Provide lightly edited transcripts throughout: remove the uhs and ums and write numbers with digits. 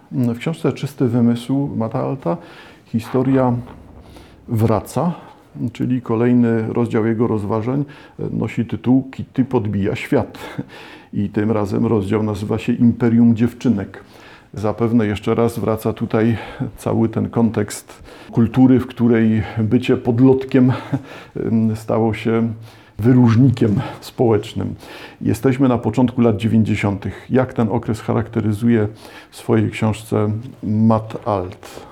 W książce Czysty wymysł Mata Alta historia wraca, czyli kolejny rozdział jego rozważań nosi tytuł Kitty podbija świat. I tym razem rozdział nazywa się Imperium Dziewczynek. Zapewne jeszcze raz wraca tutaj cały ten kontekst kultury, w której bycie podlotkiem stało się wyróżnikiem społecznym. Jesteśmy na początku lat 90. Jak ten okres charakteryzuje w swojej książce Matt Alt?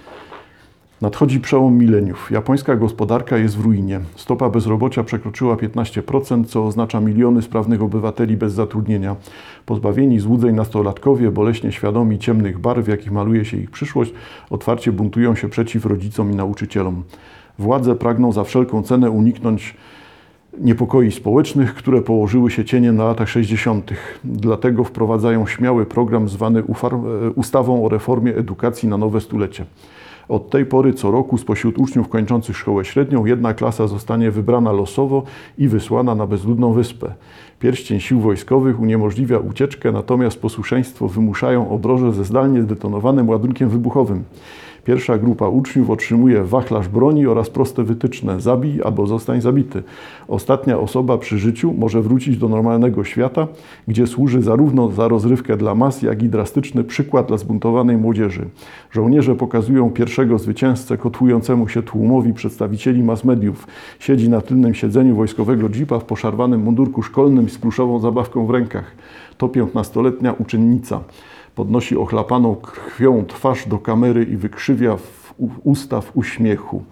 Nadchodzi przełom mileniów. Japońska gospodarka jest w ruinie. Stopa bezrobocia przekroczyła 15%, co oznacza miliony sprawnych obywateli bez zatrudnienia. Pozbawieni złudzeń nastolatkowie, boleśnie świadomi ciemnych barw, w jakich maluje się ich przyszłość, otwarcie buntują się przeciw rodzicom i nauczycielom. Władze pragną za wszelką cenę uniknąć niepokoi społecznych, które położyły się cieniem na latach 60. Dlatego wprowadzają śmiały program zwany ustawą o reformie edukacji na nowe stulecie. Od tej pory co roku spośród uczniów kończących szkołę średnią jedna klasa zostanie wybrana losowo i wysłana na bezludną wyspę. Pierścień sił wojskowych uniemożliwia ucieczkę, natomiast posłuszeństwo wymuszają obroże ze zdalnie zdetonowanym ładunkiem wybuchowym. Pierwsza grupa uczniów otrzymuje wachlarz broni oraz proste wytyczne: zabij albo zostań zabity. Ostatnia osoba przy życiu może wrócić do normalnego świata, gdzie służy zarówno za rozrywkę dla mas, jak i drastyczny przykład dla zbuntowanej młodzieży. Żołnierze pokazują pierwszego zwycięzcę kotłującemu się tłumowi przedstawicieli mass mediów. Siedzi na tylnym siedzeniu wojskowego jeepa w poszarpanym mundurku szkolnym z pluszową zabawką w rękach. To 15-letnia uczennica. Podnosi ochlapaną krwią twarz do kamery i wykrzywia usta w uśmiechu.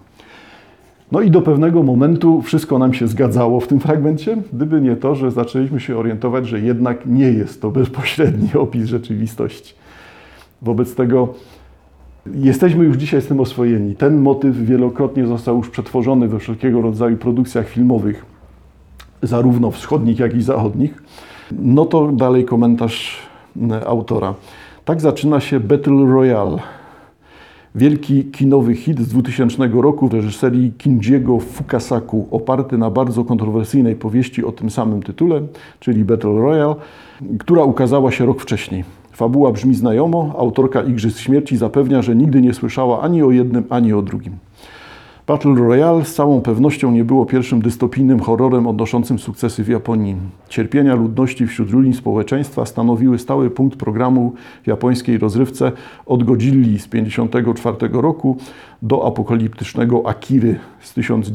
No i do pewnego momentu wszystko nam się zgadzało w tym fragmencie, gdyby nie to, że zaczęliśmy się orientować, że jednak nie jest to bezpośredni opis rzeczywistości. Wobec tego jesteśmy już dzisiaj z tym oswojeni. Ten motyw wielokrotnie został już przetworzony we wszelkiego rodzaju produkcjach filmowych, zarówno wschodnich, jak i zachodnich. No to dalej komentarz autora. Tak zaczyna się Battle Royale. Wielki kinowy hit z 2000 roku w reżyserii Kinjiego Fukasaku, oparty na bardzo kontrowersyjnej powieści o tym samym tytule, czyli Battle Royale, która ukazała się rok wcześniej. Fabuła brzmi znajomo, autorka Igrzysk Śmierci zapewnia, że nigdy nie słyszała ani o jednym, ani o drugim. Battle Royale z całą pewnością nie było pierwszym dystopijnym horrorem odnoszącym sukcesy w Japonii. Cierpienia ludności wśród ruin społeczeństwa stanowiły stały punkt programu w japońskiej rozrywce od Godzilli z 1954 roku do apokaliptycznego Akiry z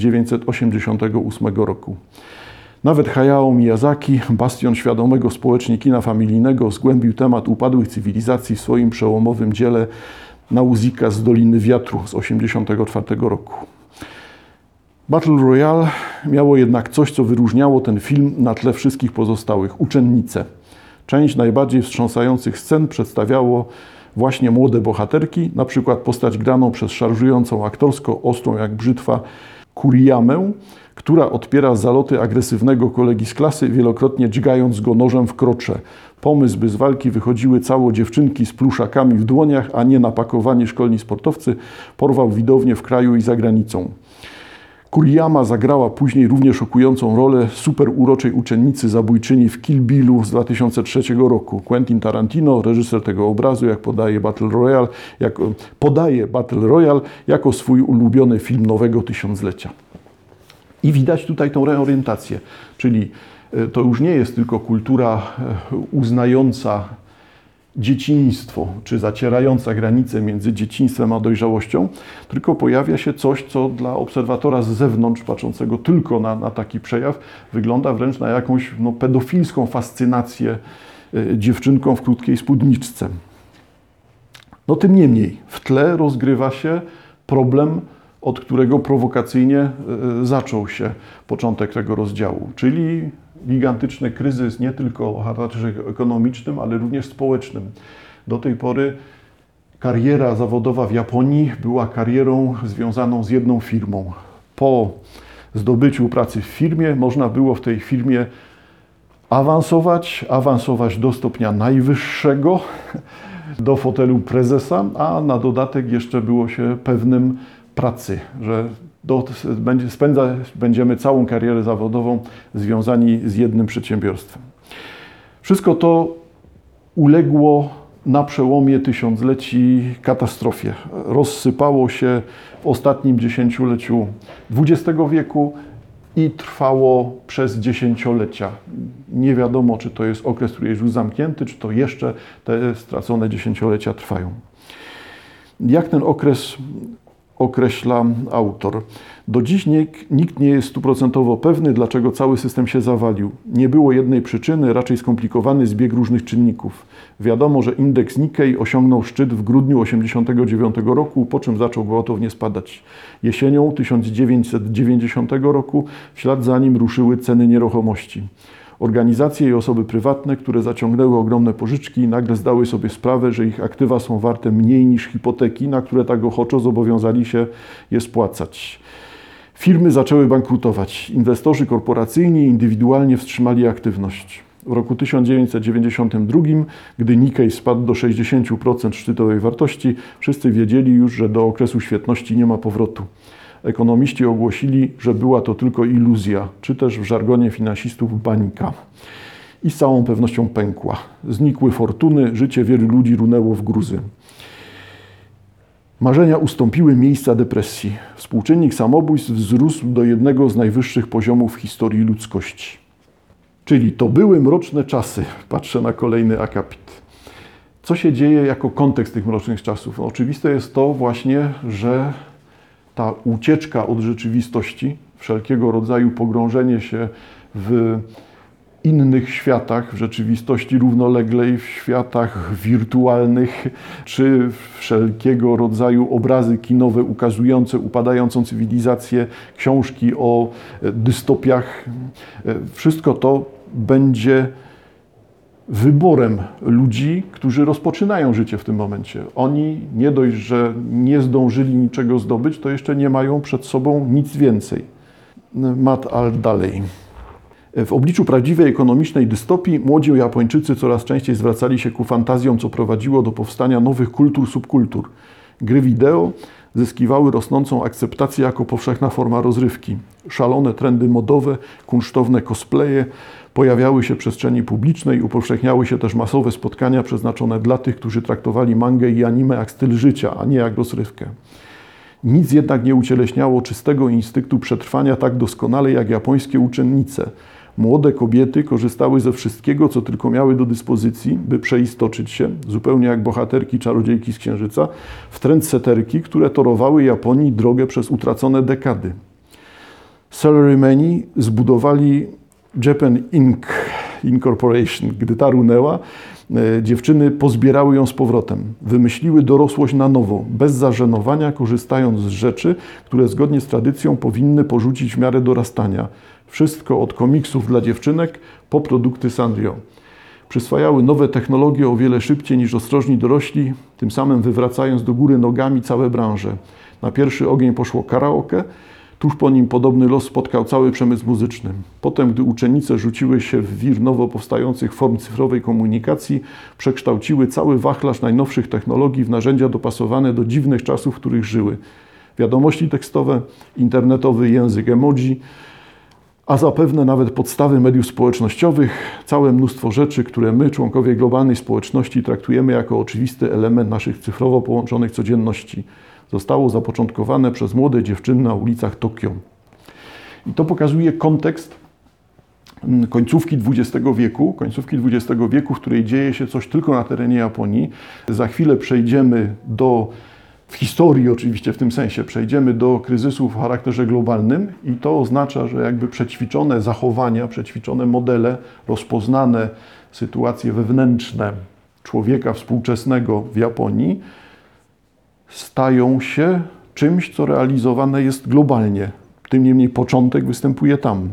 1988 roku. Nawet Hayao Miyazaki, bastion świadomego społecznie kina familijnego, zgłębił temat upadłych cywilizacji w swoim przełomowym dziele Nausicaa z Doliny Wiatru z 1984 roku. Battle Royale miało jednak coś, co wyróżniało ten film na tle wszystkich pozostałych – uczennice. Część najbardziej wstrząsających scen przedstawiało właśnie młode bohaterki, na przykład postać graną przez szarżującą aktorsko, ostrą jak brzytwa Kuriyamę, która odpiera zaloty agresywnego kolegi z klasy, wielokrotnie dźgając go nożem w krocze. Pomysł, by z walki wychodziły cało dziewczynki z pluszakami w dłoniach, a nie napakowani szkolni sportowcy, porwał widownię w kraju i za granicą. Kuriyama zagrała później równie szokującą rolę super uroczej uczennicy zabójczyni w Kill Billu z 2003 roku. Quentin Tarantino, reżyser tego obrazu, podaje Battle Royale jako swój ulubiony film nowego tysiąclecia. I widać tutaj tą reorientację, czyli to już nie jest tylko kultura uznająca dzieciństwo, czy zacierająca granice między dzieciństwem a dojrzałością, tylko pojawia się coś, co dla obserwatora z zewnątrz, patrzącego tylko na taki przejaw, wygląda wręcz na jakąś pedofilską fascynację dziewczynką w krótkiej spódniczce. No tym niemniej, w tle rozgrywa się problem, od którego prowokacyjnie zaczął się początek tego rozdziału, czyli gigantyczny kryzys nie tylko o charakterze ekonomicznym, ale również społecznym. Do tej pory kariera zawodowa w Japonii była karierą związaną z jedną firmą. Po zdobyciu pracy w firmie można było w tej firmie awansować do stopnia najwyższego, do fotelu prezesa, a na dodatek jeszcze było się pewnym pracy, że będziemy całą karierę zawodową związani z jednym przedsiębiorstwem. Wszystko to uległo na przełomie tysiącleci katastrofie. Rozsypało się w ostatnim dziesięcioleciu XX wieku i trwało przez dziesięciolecia. Nie wiadomo, czy to jest okres, który jest już zamknięty, czy to jeszcze te stracone dziesięciolecia trwają. Jak ten okres określa autor? Do dziś nikt nie jest stuprocentowo pewny, dlaczego cały system się zawalił. Nie było jednej przyczyny, raczej skomplikowany zbieg różnych czynników. Wiadomo, że indeks Nikkei osiągnął szczyt w grudniu 1989 roku, po czym zaczął gwałtownie spadać. Jesienią 1990 roku w ślad za nim ruszyły ceny nieruchomości. Organizacje i osoby prywatne, które zaciągnęły ogromne pożyczki, nagle zdały sobie sprawę, że ich aktywa są warte mniej niż hipoteki, na które tak ochoczo zobowiązali się je spłacać. Firmy zaczęły bankrutować. Inwestorzy korporacyjni indywidualnie wstrzymali aktywność. W roku 1992, gdy Nikkei spadł do 60% szczytowej wartości, wszyscy wiedzieli już, że do okresu świetności nie ma powrotu. Ekonomiści ogłosili, że była to tylko iluzja, czy też w żargonie finansistów bańka. I z całą pewnością pękła. Znikły fortuny, życie wielu ludzi runęło w gruzy. Marzenia ustąpiły miejsca depresji. Współczynnik samobójstw wzrósł do jednego z najwyższych poziomów w historii ludzkości. Czyli to były mroczne czasy. Patrzę na kolejny akapit. Co się dzieje jako kontekst tych mrocznych czasów? No, oczywiste jest to właśnie, że ta ucieczka od rzeczywistości, wszelkiego rodzaju pogrążenie się w innych światach, w rzeczywistości równoległej, w światach wirtualnych, czy wszelkiego rodzaju obrazy kinowe ukazujące upadającą cywilizację, książki o dystopiach, wszystko to będzie wyborem ludzi, którzy rozpoczynają życie w tym momencie. Oni nie dość, że nie zdążyli niczego zdobyć, to jeszcze nie mają przed sobą nic więcej. Matt Alt dalej. W obliczu prawdziwej ekonomicznej dystopii młodzi Japończycy coraz częściej zwracali się ku fantazjom, co prowadziło do powstania nowych kultur, subkultur. Gry wideo zyskiwały rosnącą akceptację jako powszechna forma rozrywki. Szalone trendy modowe, kunsztowne cosplaye pojawiały się w przestrzeni publicznej, upowszechniały się też masowe spotkania przeznaczone dla tych, którzy traktowali mangę i anime jak styl życia, a nie jak rozrywkę. Nic jednak nie ucieleśniało czystego instynktu przetrwania tak doskonale jak japońskie uczennice. Młode kobiety korzystały ze wszystkiego, co tylko miały do dyspozycji, by przeistoczyć się, zupełnie jak bohaterki czarodziejki z Księżyca, w trendsetterki, które torowały Japonii drogę przez utracone dekady. Salarymeni zbudowali Japan Incorporation. Gdy ta runęła, dziewczyny pozbierały ją z powrotem. Wymyśliły dorosłość na nowo, bez zażenowania, korzystając z rzeczy, które zgodnie z tradycją powinny porzucić w miarę dorastania. Wszystko od komiksów dla dziewczynek po produkty Sanrio. Przyswajały nowe technologie o wiele szybciej niż ostrożni dorośli, tym samym wywracając do góry nogami całe branże. Na pierwszy ogień poszło karaoke, tuż po nim podobny los spotkał cały przemysł muzyczny. Potem, gdy uczennice rzuciły się w wir nowo powstających form cyfrowej komunikacji, przekształciły cały wachlarz najnowszych technologii w narzędzia dopasowane do dziwnych czasów, w których żyły. Wiadomości tekstowe, internetowy język emoji, a zapewne nawet podstawy mediów społecznościowych, całe mnóstwo rzeczy, które my, członkowie globalnej społeczności, traktujemy jako oczywisty element naszych cyfrowo połączonych codzienności. Zostało zapoczątkowane przez młode dziewczyny na ulicach Tokio. I to pokazuje kontekst końcówki XX wieku, w której dzieje się coś tylko na terenie Japonii. Za chwilę przejdziemy w historii oczywiście w tym sensie, przejdziemy do kryzysów o charakterze globalnym i to oznacza, że jakby przećwiczone zachowania, przećwiczone modele, rozpoznane sytuacje wewnętrzne człowieka współczesnego w Japonii stają się czymś, co realizowane jest globalnie. Tym niemniej początek występuje tam.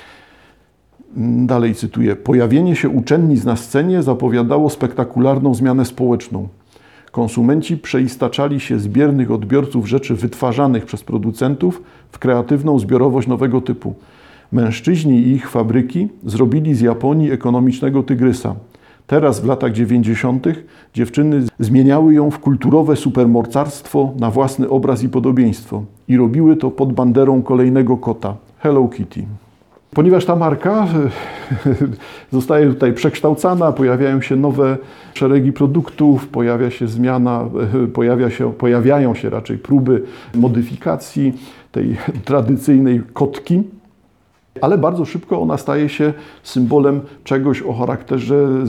Dalej cytuję. Pojawienie się uczennic na scenie zapowiadało spektakularną zmianę społeczną. Konsumenci przeistaczali się z biernych odbiorców rzeczy wytwarzanych przez producentów w kreatywną zbiorowość nowego typu. Mężczyźni i ich fabryki zrobili z Japonii ekonomicznego tygrysa. Teraz w latach 90. dziewczyny zmieniały ją w kulturowe supermocarstwo na własny obraz i podobieństwo. I robiły to pod banderą kolejnego kota, Hello Kitty. Ponieważ ta marka zostaje tutaj przekształcana, pojawiają się nowe szeregi produktów, pojawia się zmiana, pojawiają się raczej próby modyfikacji tej tradycyjnej kotki, ale bardzo szybko ona staje się symbolem czegoś o charakterze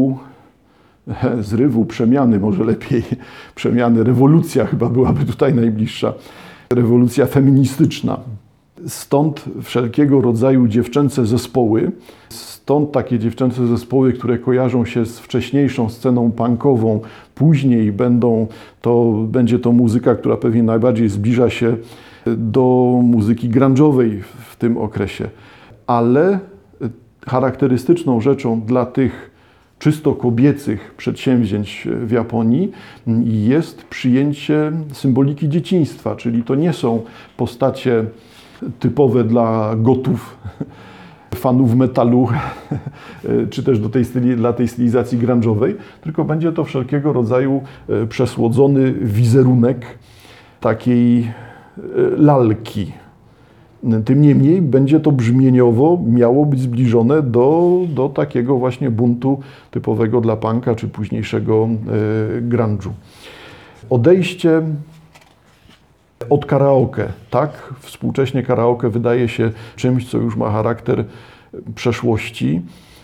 zrywu, przemiany, może lepiej przemiany, rewolucja chyba byłaby tutaj najbliższa, rewolucja feministyczna. Stąd wszelkiego rodzaju dziewczęce zespoły, stąd takie dziewczęce zespoły, które kojarzą się z wcześniejszą sceną punkową, później będzie to muzyka, która pewnie najbardziej zbliża się do muzyki grunge'owej w tym okresie. Ale charakterystyczną rzeczą dla tych czysto kobiecych przedsięwzięć w Japonii jest przyjęcie symboliki dzieciństwa, czyli to nie są postacie typowe dla gotów, fanów metalu, czy też dla tej stylizacji grunge'owej, tylko będzie to wszelkiego rodzaju przesłodzony wizerunek takiej lalki. Tym niemniej będzie to brzmieniowo miało być zbliżone do takiego właśnie buntu typowego dla punka czy późniejszego grunge'u. Odejście od karaoke, tak? Współcześnie karaoke wydaje się czymś, co już ma charakter przeszłości.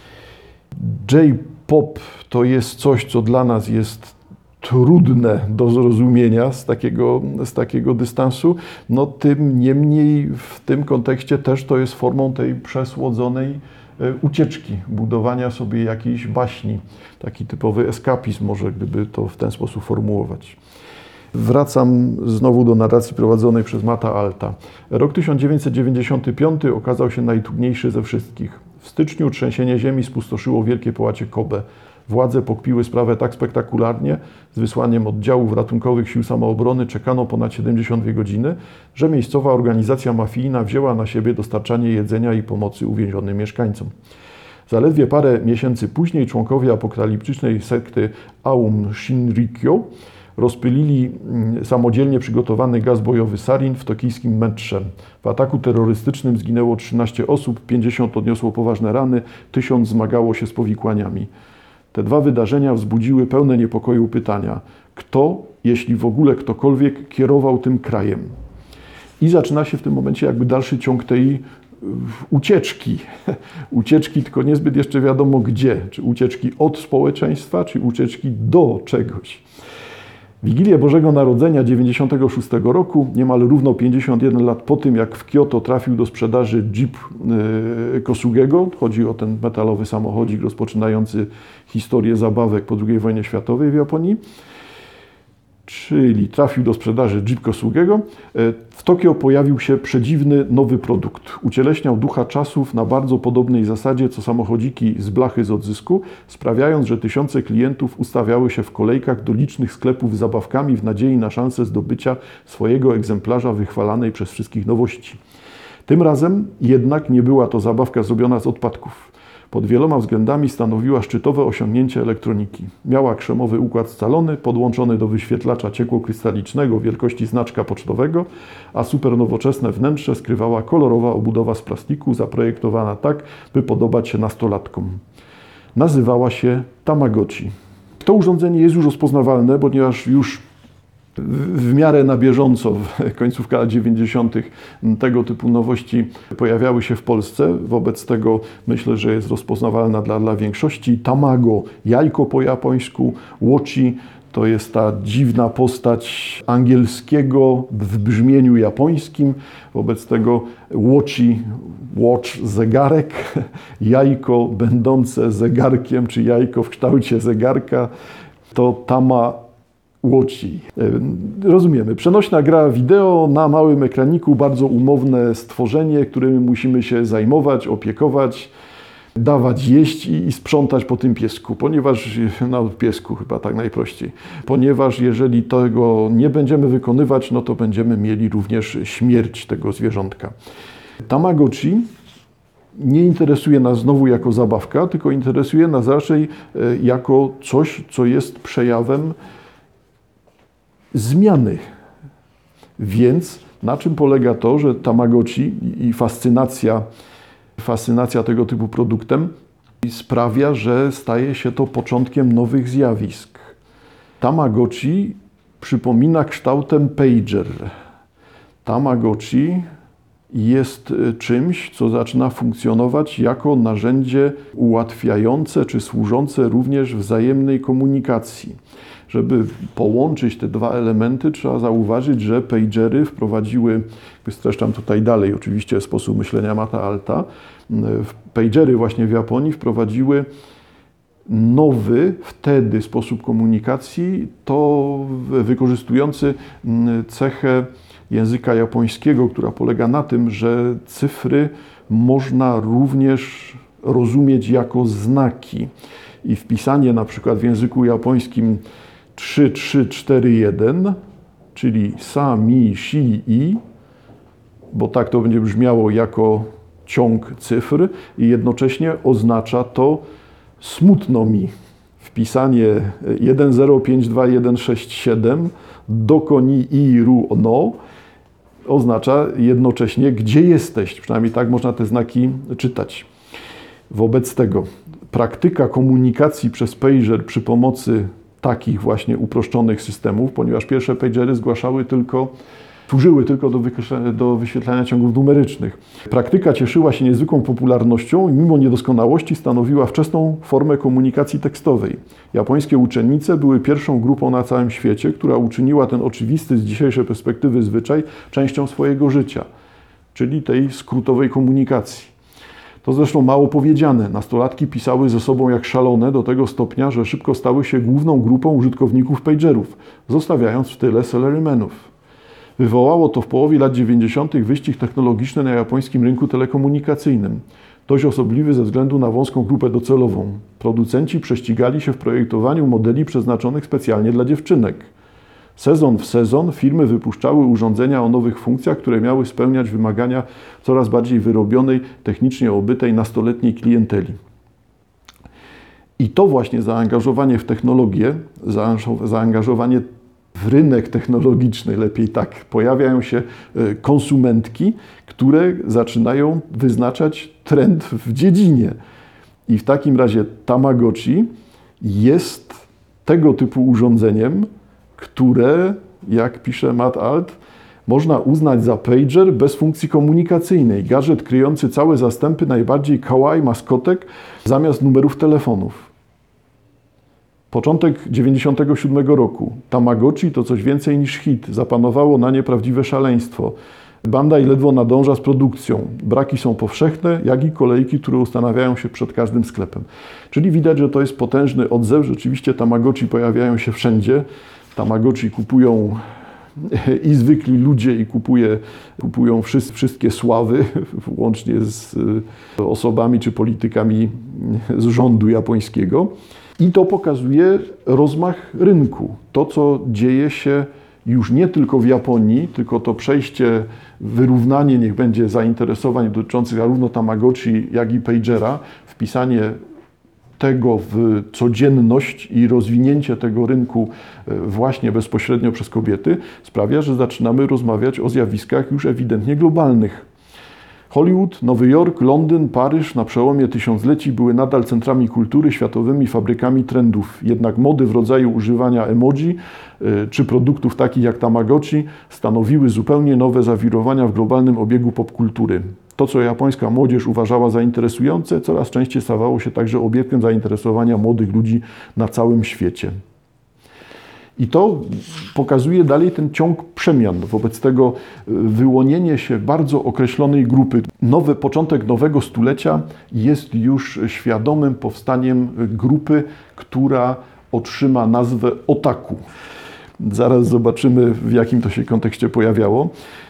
J-pop to jest coś, co dla nas jest trudne do zrozumienia z takiego dystansu. No tym niemniej w tym kontekście też to jest formą tej przesłodzonej ucieczki, budowania sobie jakiejś baśni. Taki typowy eskapizm może, gdyby to w ten sposób formułować. Wracam znowu do narracji prowadzonej przez Mata Alta. Rok 1995 okazał się najtrudniejszy ze wszystkich. W styczniu trzęsienie ziemi spustoszyło wielkie połacie Kobe. Władze pokpiły sprawę tak spektakularnie, z wysłaniem oddziałów ratunkowych sił samoobrony czekano ponad 72 godziny, że miejscowa organizacja mafijna wzięła na siebie dostarczanie jedzenia i pomocy uwięzionym mieszkańcom. Zaledwie parę miesięcy później członkowie apokaliptycznej sekty Aum Shinrikyo rozpylili samodzielnie przygotowany gaz bojowy sarin w tokijskim metrze. W ataku terrorystycznym zginęło 13 osób, 50 odniosło poważne rany, 1000 zmagało się z powikłaniami. Te dwa wydarzenia wzbudziły pełne niepokoju pytania, kto, jeśli w ogóle ktokolwiek, kierował tym krajem. I zaczyna się w tym momencie jakby dalszy ciąg tej ucieczki. Ucieczki, tylko niezbyt jeszcze wiadomo gdzie. Czy ucieczki od społeczeństwa, czy ucieczki do czegoś. Wigilię Bożego Narodzenia 1996 roku, niemal równo 51 lat po tym, jak w Kyoto trafił do sprzedaży Jeep Kosugego, chodzi o ten metalowy samochodzik rozpoczynający historię zabawek po II wojnie światowej w Japonii, czyli trafił do sprzedaży Jeep Kosugego, w Tokio pojawił się przedziwny nowy produkt. Ucieleśniał ducha czasów na bardzo podobnej zasadzie co samochodziki z blachy z odzysku, sprawiając, że tysiące klientów ustawiały się w kolejkach do licznych sklepów z zabawkami w nadziei na szansę zdobycia swojego egzemplarza wychwalanej przez wszystkich nowości. Tym razem jednak nie była to zabawka zrobiona z odpadków. Pod wieloma względami stanowiła szczytowe osiągnięcie elektroniki. Miała krzemowy układ scalony, podłączony do wyświetlacza ciekłokrystalicznego wielkości znaczka pocztowego, a supernowoczesne wnętrze skrywała kolorowa obudowa z plastiku, zaprojektowana tak, by podobać się nastolatkom. Nazywała się Tamagotchi. To urządzenie jest już rozpoznawalne, ponieważ już w miarę na bieżąco, końcówka lat 90. tego typu nowości pojawiały się w Polsce. Wobec tego myślę, że jest rozpoznawalna dla większości. Tamago, jajko po japońsku, Watchi to jest ta dziwna postać angielskiego w brzmieniu japońskim. Wobec tego Watchi, watch, zegarek, jajko będące zegarkiem, czy jajko w kształcie zegarka, to Tamagotchi. Rozumiemy. Przenośna gra wideo na małym ekraniku, bardzo umowne stworzenie, którym musimy się zajmować, opiekować, dawać jeść i sprzątać po tym piesku, ponieważ, piesku chyba tak najprościej, ponieważ jeżeli tego nie będziemy wykonywać, no to będziemy mieli również śmierć tego zwierzątka. Tamagotchi nie interesuje nas znowu jako zabawka, tylko interesuje nas raczej jako coś, co jest przejawem zmiany. Więc na czym polega to, że Tamagotchi i fascynacja fascynacja tego typu produktem sprawia, że staje się to początkiem nowych zjawisk. Tamagotchi przypomina kształtem pager. Tamagotchi jest czymś, co zaczyna funkcjonować jako narzędzie ułatwiające czy służące również wzajemnej komunikacji. Żeby połączyć te dwa elementy, trzeba zauważyć, że pagery wprowadziły, streszczam tutaj dalej oczywiście sposób myślenia Matta Alta, pagery właśnie w Japonii wprowadziły nowy wtedy sposób komunikacji, to wykorzystujący cechę języka japońskiego, która polega na tym, że cyfry można również rozumieć jako znaki. I wpisanie na przykład w języku japońskim 3, 3, 4, 1, czyli sa, mi, shi, i, bo tak to będzie brzmiało jako ciąg cyfr i jednocześnie oznacza to smutno mi. Wpisanie 1052167 doko ni i ru no oznacza jednocześnie gdzie jesteś. Przynajmniej tak można te znaki czytać. Wobec tego praktyka komunikacji przez pager przy pomocy takich właśnie uproszczonych systemów, ponieważ pierwsze pagery służyły tylko do wyświetlania ciągów numerycznych. Praktyka cieszyła się niezwykłą popularnością i mimo niedoskonałości stanowiła wczesną formę komunikacji tekstowej. Japońskie uczennice były pierwszą grupą na całym świecie, która uczyniła ten oczywisty z dzisiejszej perspektywy zwyczaj częścią swojego życia, czyli tej skrótowej komunikacji. To zresztą mało powiedziane. Nastolatki pisały ze sobą jak szalone do tego stopnia, że szybko stały się główną grupą użytkowników pagerów, zostawiając w tyle salarymenów. Wywołało to w połowie lat 90. wyścig technologiczny na japońskim rynku telekomunikacyjnym. Dość osobliwy ze względu na wąską grupę docelową. Producenci prześcigali się w projektowaniu modeli przeznaczonych specjalnie dla dziewczynek. Sezon w sezon firmy wypuszczały urządzenia o nowych funkcjach, które miały spełniać wymagania coraz bardziej wyrobionej, technicznie obytej, nastoletniej klienteli. I to właśnie zaangażowanie w technologię, zaangażowanie w rynek technologiczny, lepiej tak, pojawiają się konsumentki, które zaczynają wyznaczać trend w dziedzinie. I w takim razie Tamagotchi jest tego typu urządzeniem, które, jak pisze Matt Alt, można uznać za pager bez funkcji komunikacyjnej. Gadżet kryjący całe zastępy najbardziej kawaii maskotek zamiast numerów telefonów. Początek 1997 roku. Tamagotchi to coś więcej niż hit. Zapanowało na nie prawdziwe szaleństwo. Bandai ledwo nadąża z produkcją. Braki są powszechne, jak i kolejki, które ustanawiają się przed każdym sklepem. Czyli widać, że to jest potężny odzew. Rzeczywiście Tamagotchi pojawiają się wszędzie. Tamagotchi kupują i zwykli ludzie, i kupują wszystkie sławy, łącznie z osobami czy politykami z rządu japońskiego. I to pokazuje rozmach rynku. To, co dzieje się już nie tylko w Japonii, tylko to przejście, wyrównanie, niech będzie zainteresowań dotyczących zarówno Tamagotchi, jak i pagera, wpisanie tego w codzienność i rozwinięcie tego rynku właśnie bezpośrednio przez kobiety sprawia, że zaczynamy rozmawiać o zjawiskach już ewidentnie globalnych. Hollywood, Nowy Jork, Londyn, Paryż na przełomie tysiącleci były nadal centrami kultury, światowymi fabrykami trendów. Jednak mody w rodzaju używania emoji czy produktów takich jak Tamagotchi stanowiły zupełnie nowe zawirowania w globalnym obiegu popkultury. To, co japońska młodzież uważała za interesujące, coraz częściej stawało się także obiektem zainteresowania młodych ludzi na całym świecie. I to pokazuje dalej ten ciąg przemian. Wobec tego wyłonienie się bardzo określonej grupy, początek nowego stulecia jest już świadomym powstaniem grupy, która otrzyma nazwę otaku. Zaraz zobaczymy, w jakim to się kontekście pojawiało.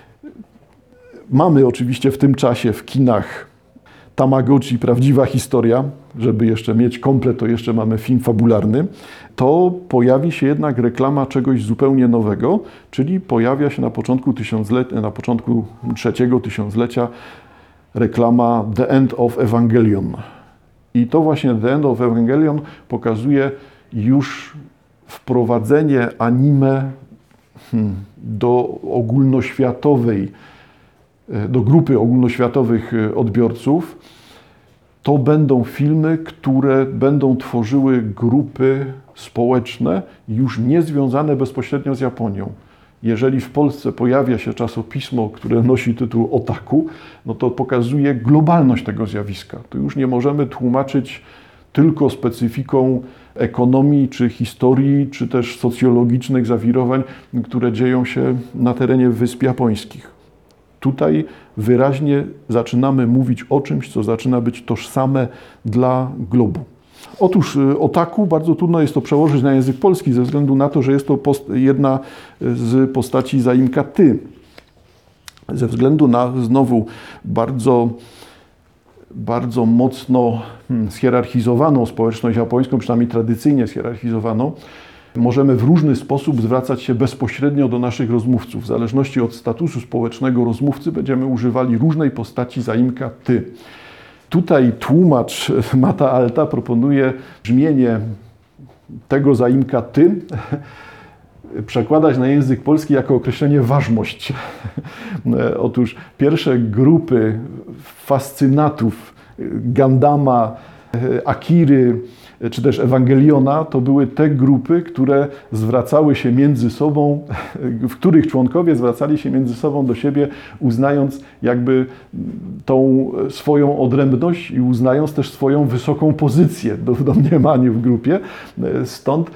Mamy oczywiście w tym czasie w kinach Tamagotchi, prawdziwa historia. Żeby jeszcze mieć komplet, to jeszcze mamy film fabularny. To pojawi się jednak reklama czegoś zupełnie nowego, czyli pojawia się na początku trzeciego tysiąclecia reklama The End of Evangelion. I to właśnie The End of Evangelion pokazuje już wprowadzenie anime do ogólnoświatowej do grupy ogólnoświatowych odbiorców, to będą filmy, które będą tworzyły grupy społeczne już nie związane bezpośrednio z Japonią. Jeżeli w Polsce pojawia się czasopismo, które nosi tytuł Otaku, no to pokazuje globalność tego zjawiska. Tu już nie możemy tłumaczyć tylko specyfiką ekonomii, czy historii, czy też socjologicznych zawirowań, które dzieją się na terenie Wysp Japońskich. Tutaj wyraźnie zaczynamy mówić o czymś, co zaczyna być tożsame dla globu. Otóż otaku bardzo trudno jest to przełożyć na język polski ze względu na to, że jest to jedna z postaci zaimka ty. Ze względu na znowu bardzo mocno schierarchizowaną społeczność japońską, przynajmniej tradycyjnie schierarchizowaną, możemy w różny sposób zwracać się bezpośrednio do naszych rozmówców. W zależności od statusu społecznego rozmówcy będziemy używali różnej postaci zaimka ty. Tutaj tłumacz Mata Alta proponuje brzmienie tego zaimka ty przekładać na język polski jako określenie ważność. Otóż pierwsze grupy fascynatów Gundama, Akiry czy też Ewangeliona to były te grupy, które zwracały się między sobą, w których członkowie zwracali się między sobą do siebie, uznając jakby tą swoją odrębność i uznając też swoją wysoką pozycję w domniemaniu w grupie. Stąd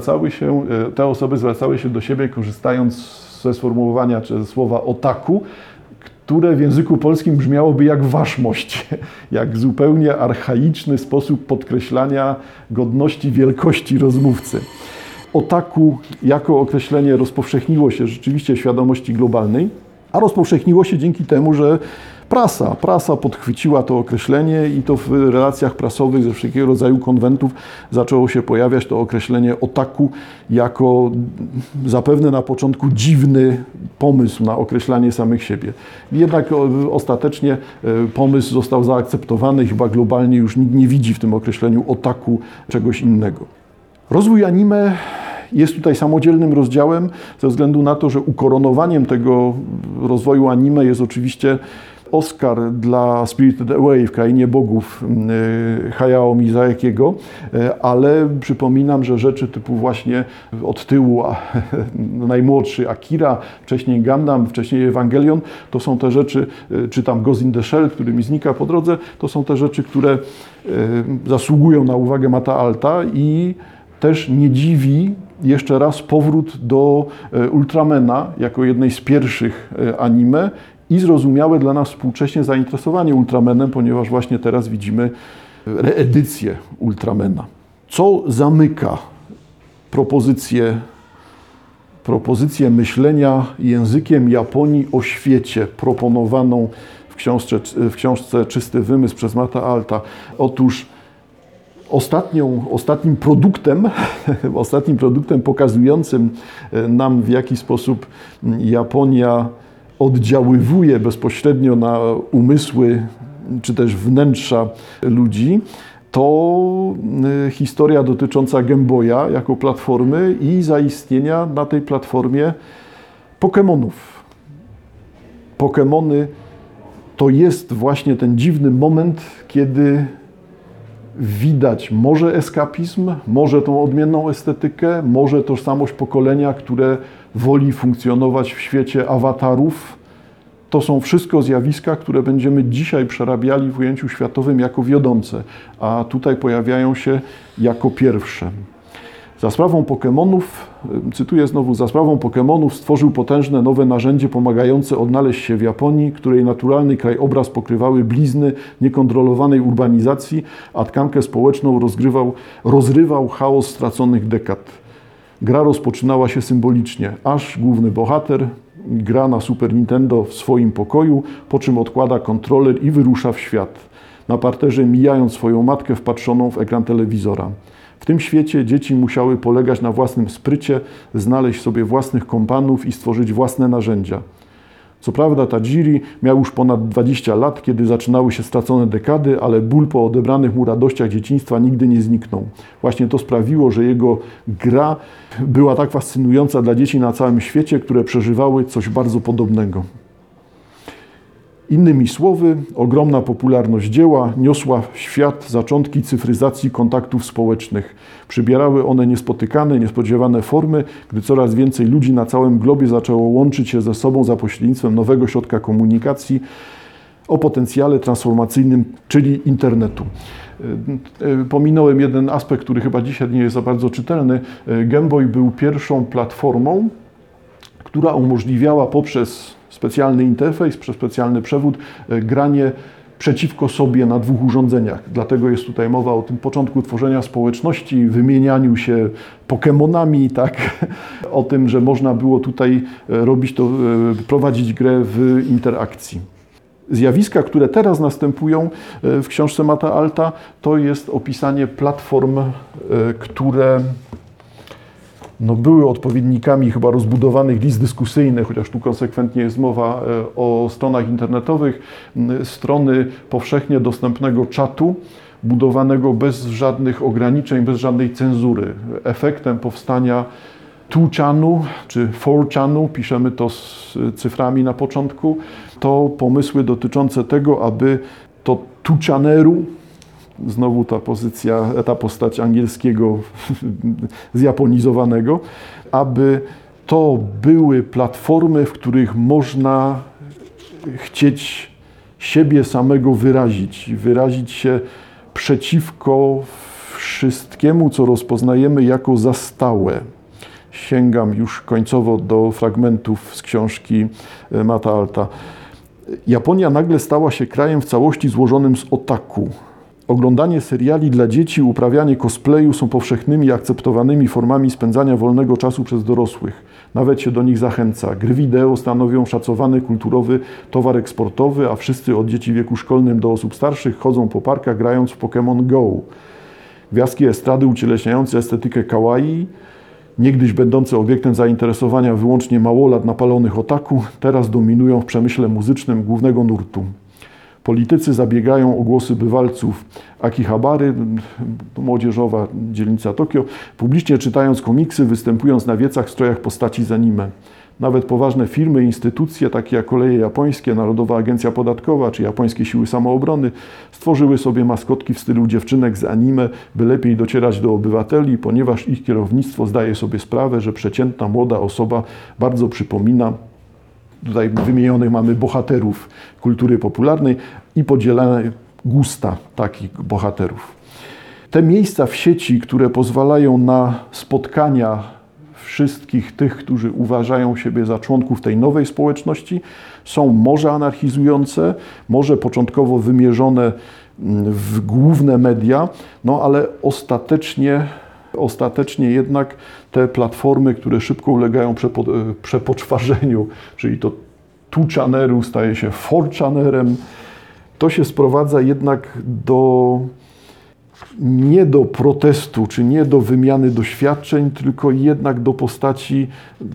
te osoby zwracały się do siebie, korzystając ze sformułowania czy ze słowa otaku, które w języku polskim brzmiałoby jak ważność, jak zupełnie archaiczny sposób podkreślania godności, wielkości rozmówcy. Otaku jako określenie rozpowszechniło się rzeczywiście w świadomości globalnej, a rozpowszechniło się dzięki temu, że prasa podchwyciła to określenie i to w relacjach prasowych ze wszelkiego rodzaju konwentów zaczęło się pojawiać to określenie otaku jako zapewne na początku dziwny pomysł na określanie samych siebie. Jednak ostatecznie pomysł został zaakceptowany i chyba globalnie już nikt nie widzi w tym określeniu otaku czegoś innego. Rozwój anime jest tutaj samodzielnym rozdziałem ze względu na to, że ukoronowaniem tego rozwoju anime jest oczywiście Oscar dla Spirited Away w Krainie Bogów Hayao Miyazakiego, ale przypominam, że rzeczy typu właśnie od tyłu najmłodszy Akira, wcześniej Gundam, wcześniej Ewangelion, to są te rzeczy, czy tam Ghost in the Shell, który mi znika po drodze, to są te rzeczy, które zasługują na uwagę Mata Alta i też nie dziwi jeszcze raz powrót do Ultramana jako jednej z pierwszych anime i zrozumiałe dla nas współcześnie zainteresowanie Ultramanem, ponieważ właśnie teraz widzimy reedycję Ultramana. Co zamyka propozycję myślenia językiem Japonii o świecie proponowaną w książce Czysty Wymysł przez Mata Alta? Otóż ostatnim produktem pokazującym nam, w jaki sposób Japonia oddziaływuje bezpośrednio na umysły czy też wnętrza ludzi, to historia dotycząca Game Boya jako platformy i zaistnienia na tej platformie Pokemonów. Pokemony to jest właśnie ten dziwny moment, kiedy widać może eskapizm, może tą odmienną estetykę, może tożsamość pokolenia, które woli funkcjonować w świecie awatarów. To są wszystko zjawiska, które będziemy dzisiaj przerabiali w ujęciu światowym jako wiodące, a tutaj pojawiają się jako pierwsze. Za sprawą Pokemonów, cytuję znowu, za sprawą Pokemonów stworzył potężne nowe narzędzie pomagające odnaleźć się w Japonii, której naturalny krajobraz pokrywały blizny niekontrolowanej urbanizacji, a tkankę społeczną rozrywał chaos straconych dekad. Gra rozpoczynała się symbolicznie, aż główny bohater gra na Super Nintendo w swoim pokoju, po czym odkłada kontroler i wyrusza w świat, na parterze mijając swoją matkę wpatrzoną w ekran telewizora. W tym świecie dzieci musiały polegać na własnym sprycie, znaleźć sobie własnych kompanów i stworzyć własne narzędzia. Co prawda Tajiri miał już ponad 20 lat, kiedy zaczynały się stracone dekady, ale ból po odebranych mu radościach dzieciństwa nigdy nie zniknął. Właśnie to sprawiło, że jego gra była tak fascynująca dla dzieci na całym świecie, które przeżywały coś bardzo podobnego. Innymi słowy, ogromna popularność dzieła niosła w świat zaczątki cyfryzacji kontaktów społecznych. Przybierały one niespotykane, niespodziewane formy, gdy coraz więcej ludzi na całym globie zaczęło łączyć się ze sobą za pośrednictwem nowego środka komunikacji o potencjale transformacyjnym, czyli internetu. Pominąłem jeden aspekt, który chyba dzisiaj nie jest za bardzo czytelny. Game Boy był pierwszą platformą, która umożliwiała poprzez specjalny interfejs, przez specjalny przewód granie przeciwko sobie na dwóch urządzeniach. Dlatego jest tutaj mowa o tym początku tworzenia społeczności, wymienianiu się Pokemonami, tak? O tym, że można było tutaj robić to, prowadzić grę w interakcji. Zjawiska, które teraz następują w książce Matta Alta, to jest opisanie platform, które były odpowiednikami chyba rozbudowanych list dyskusyjnych, chociaż tu konsekwentnie jest mowa o stronach internetowych, strony powszechnie dostępnego czatu, budowanego bez żadnych ograniczeń, bez żadnej cenzury. Efektem powstania 2chanu czy 4chanu, piszemy to z cyframi na początku, to pomysły dotyczące tego, aby to 2chaneru, znowu ta postać angielskiego zjaponizowanego, aby to były platformy, w których można chcieć siebie samego wyrazić się przeciwko wszystkiemu, co rozpoznajemy jako za stałe. Sięgam już końcowo do fragmentów z książki Matta Alta. Japonia nagle stała się krajem w całości złożonym z otaku. Oglądanie seriali dla dzieci, uprawianie cosplayu są powszechnymi i akceptowanymi formami spędzania wolnego czasu przez dorosłych. Nawet się do nich zachęca. Gry wideo stanowią szacowany kulturowy towar eksportowy, a wszyscy od dzieci w wieku szkolnym do osób starszych chodzą po parkach grając w Pokémon Go. Gwiazdki estrady ucieleśniające estetykę kawaii, niegdyś będące obiektem zainteresowania wyłącznie małolat napalonych otaku, teraz dominują w przemyśle muzycznym głównego nurtu. Politycy zabiegają o głosy bywalców Akihabary, młodzieżowa dzielnica Tokio, publicznie czytając komiksy, występując na wiecach w strojach postaci z anime. Nawet poważne firmy i instytucje, takie jak Koleje Japońskie, Narodowa Agencja Podatkowa czy Japońskie Siły Samoobrony, stworzyły sobie maskotki w stylu dziewczynek z anime, by lepiej docierać do obywateli, ponieważ ich kierownictwo zdaje sobie sprawę, że przeciętna młoda osoba bardzo przypomina. Tutaj wymienionych mamy bohaterów kultury popularnej i podzielane gusta takich bohaterów. Te miejsca w sieci, które pozwalają na spotkania wszystkich tych, którzy uważają siebie za członków tej nowej społeczności, są może anarchizujące, może początkowo wymierzone w główne media, ale ostatecznie jednak te platformy, które szybko ulegają przepoczwarzeniu, czyli to 2chaneru staje się 4chanerem, to się sprowadza jednak nie do protestu, czy nie do wymiany doświadczeń, tylko jednak do postaci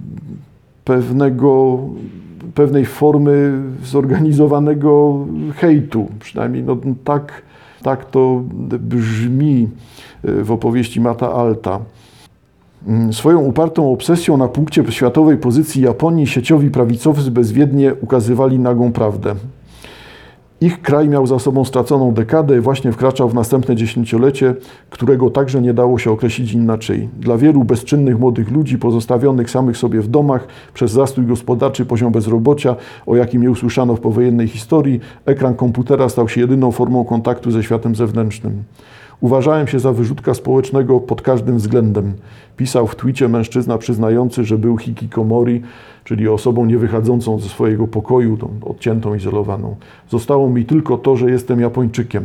pewnej formy zorganizowanego hejtu. Przynajmniej tak to brzmi w opowieści Matta Alta. Swoją upartą obsesją na punkcie światowej pozycji Japonii sieciowi prawicowcy bezwiednie ukazywali nagą prawdę. Ich kraj miał za sobą straconą dekadę i właśnie wkraczał w następne dziesięciolecie, którego także nie dało się określić inaczej. Dla wielu bezczynnych młodych ludzi pozostawionych samych sobie w domach przez zastój gospodarczy, poziom bezrobocia, o jakim nie usłyszano w powojennej historii, ekran komputera stał się jedyną formą kontaktu ze światem zewnętrznym. Uważałem się za wyrzutka społecznego pod każdym względem. Pisał w twicie mężczyzna przyznający, że był hikikomori, czyli osobą niewychodzącą ze swojego pokoju, tą odciętą, izolowaną. Zostało mi tylko to, że jestem Japończykiem.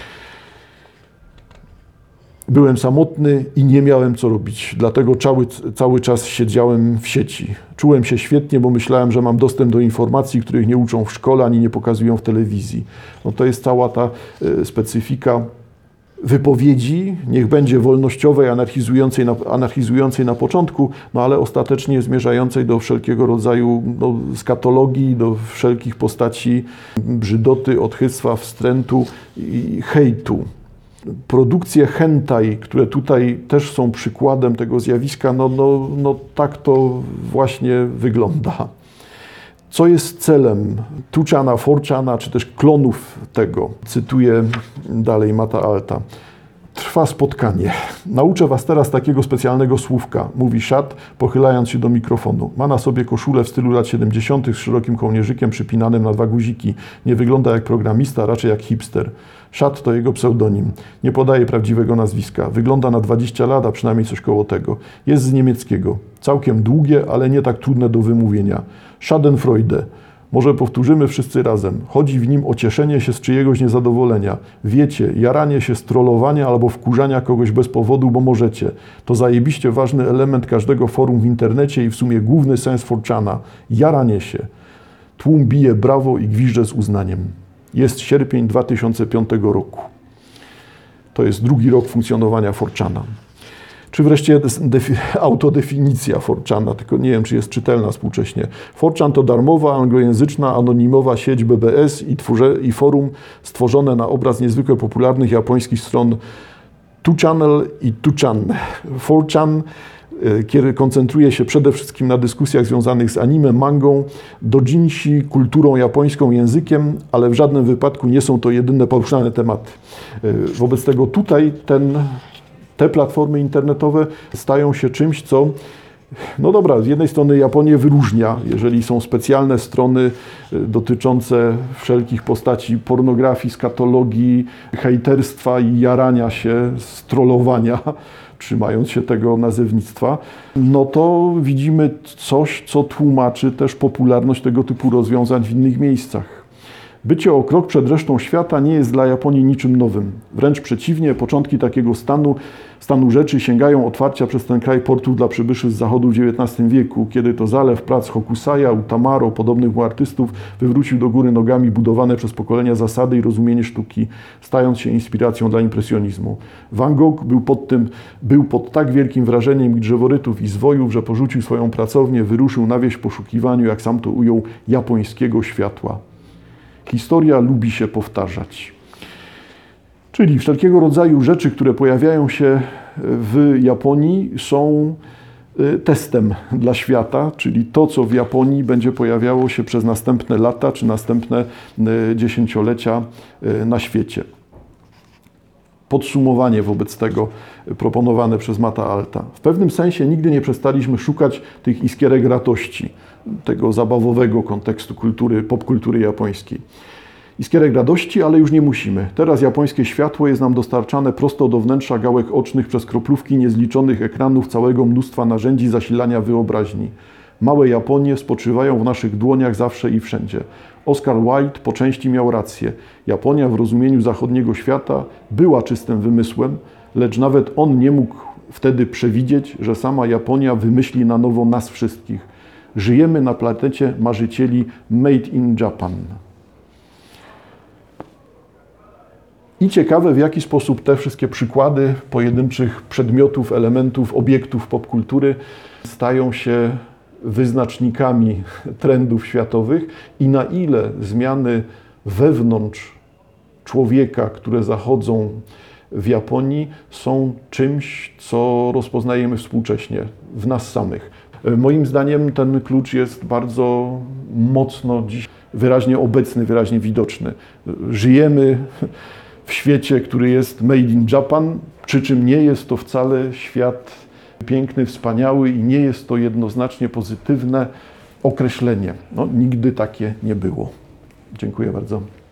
Byłem samotny i nie miałem co robić, dlatego cały czas siedziałem w sieci. Czułem się świetnie, bo myślałem, że mam dostęp do informacji, których nie uczą w szkole, ani nie pokazują w telewizji. To jest cała ta specyfika wypowiedzi, niech będzie wolnościowej, anarchizującej na początku, ale ostatecznie zmierzającej do wszelkiego rodzaju skatologii, do wszelkich postaci brzydoty, odchyctwa, wstrętu i hejtu. Produkcje hentai, które tutaj też są przykładem tego zjawiska, tak to właśnie wygląda. Co jest celem 2chana, 4chana, czy też klonów tego? Cytuję dalej Mata Alta. Trwa spotkanie. Nauczę was teraz takiego specjalnego słówka, mówi Shad, pochylając się do mikrofonu. Ma na sobie koszulę w stylu lat 70. z szerokim kołnierzykiem przypinanym na 2 guziki. Nie wygląda jak programista, raczej jak hipster. Shad to jego pseudonim. Nie podaje prawdziwego nazwiska. Wygląda na 20 lat, a przynajmniej coś koło tego. Jest z niemieckiego. Całkiem długie, ale nie tak trudne do wymówienia. Schadenfreude. Może powtórzymy wszyscy razem. Chodzi w nim o cieszenie się z czyjegoś niezadowolenia. Wiecie, jaranie się z trollowania albo wkurzania kogoś bez powodu, bo możecie. To zajebiście ważny element każdego forum w internecie i w sumie główny sens 4chana. Jaranie się. Tłum bije brawo i gwizdże z uznaniem. Jest sierpień 2005 roku. To jest 2. rok funkcjonowania 4chana. Czy wreszcie autodefinicja 4chana, tylko nie wiem, czy jest czytelna współcześnie. 4chan to darmowa, anglojęzyczna, anonimowa sieć BBS i forum stworzone na obraz niezwykle popularnych japońskich stron 2channel i 2chan. 4chan kiedy koncentruje się przede wszystkim na dyskusjach związanych z anime, mangą, doujinshi, kulturą japońską, językiem, ale w żadnym wypadku nie są to jedyne poruszane tematy. Wobec tego tutaj te platformy internetowe stają się czymś, co, no dobra, z jednej strony Japonię wyróżnia, jeżeli są specjalne strony dotyczące wszelkich postaci pornografii, skatologii, hejterstwa i jarania się, strollowania, trzymając się tego nazewnictwa, no to widzimy coś, co tłumaczy też popularność tego typu rozwiązań w innych miejscach. Bycie o krok przed resztą świata nie jest dla Japonii niczym nowym. Wręcz przeciwnie, początki takiego stanu rzeczy sięgają otwarcia przez ten kraj portów dla przybyszy z zachodu w XIX wieku, kiedy to zalew prac Hokusaya, Utamaro, podobnych mu artystów wywrócił do góry nogami budowane przez pokolenia zasady i rozumienie sztuki, stając się inspiracją dla impresjonizmu. Van Gogh był pod tak wielkim wrażeniem drzeworytów i zwojów, że porzucił swoją pracownię, wyruszył na wieś w poszukiwaniu, jak sam to ujął, japońskiego światła. Historia lubi się powtarzać. Czyli wszelkiego rodzaju rzeczy, które pojawiają się w Japonii, są testem dla świata, czyli to, co w Japonii będzie pojawiało się przez następne lata czy następne dziesięciolecia na świecie. Podsumowanie wobec tego proponowane przez Mata Alta. W pewnym sensie nigdy nie przestaliśmy szukać tych iskierek radości, tego zabawowego kontekstu popkultury japońskiej. Iskierek radości, ale już nie musimy. Teraz japońskie światło jest nam dostarczane prosto do wnętrza gałek ocznych przez kroplówki niezliczonych ekranów całego mnóstwa narzędzi zasilania wyobraźni. Małe Japonie spoczywają w naszych dłoniach zawsze i wszędzie. Oscar Wilde po części miał rację. Japonia w rozumieniu zachodniego świata była czystym wymysłem, lecz nawet on nie mógł wtedy przewidzieć, że sama Japonia wymyśli na nowo nas wszystkich. Żyjemy na planecie marzycieli Made in Japan. I ciekawe, w jaki sposób te wszystkie przykłady pojedynczych przedmiotów, elementów, obiektów popkultury stają się wyznacznikami trendów światowych i na ile zmiany wewnątrz człowieka, które zachodzą w Japonii, są czymś, co rozpoznajemy współcześnie w nas samych. Moim zdaniem ten klucz jest bardzo mocno dziś wyraźnie obecny, wyraźnie widoczny. Żyjemy w świecie, który jest made in Japan, przy czym nie jest to wcale świat piękny, wspaniały i nie jest to jednoznacznie pozytywne określenie. No, nigdy takie nie było. Dziękuję bardzo.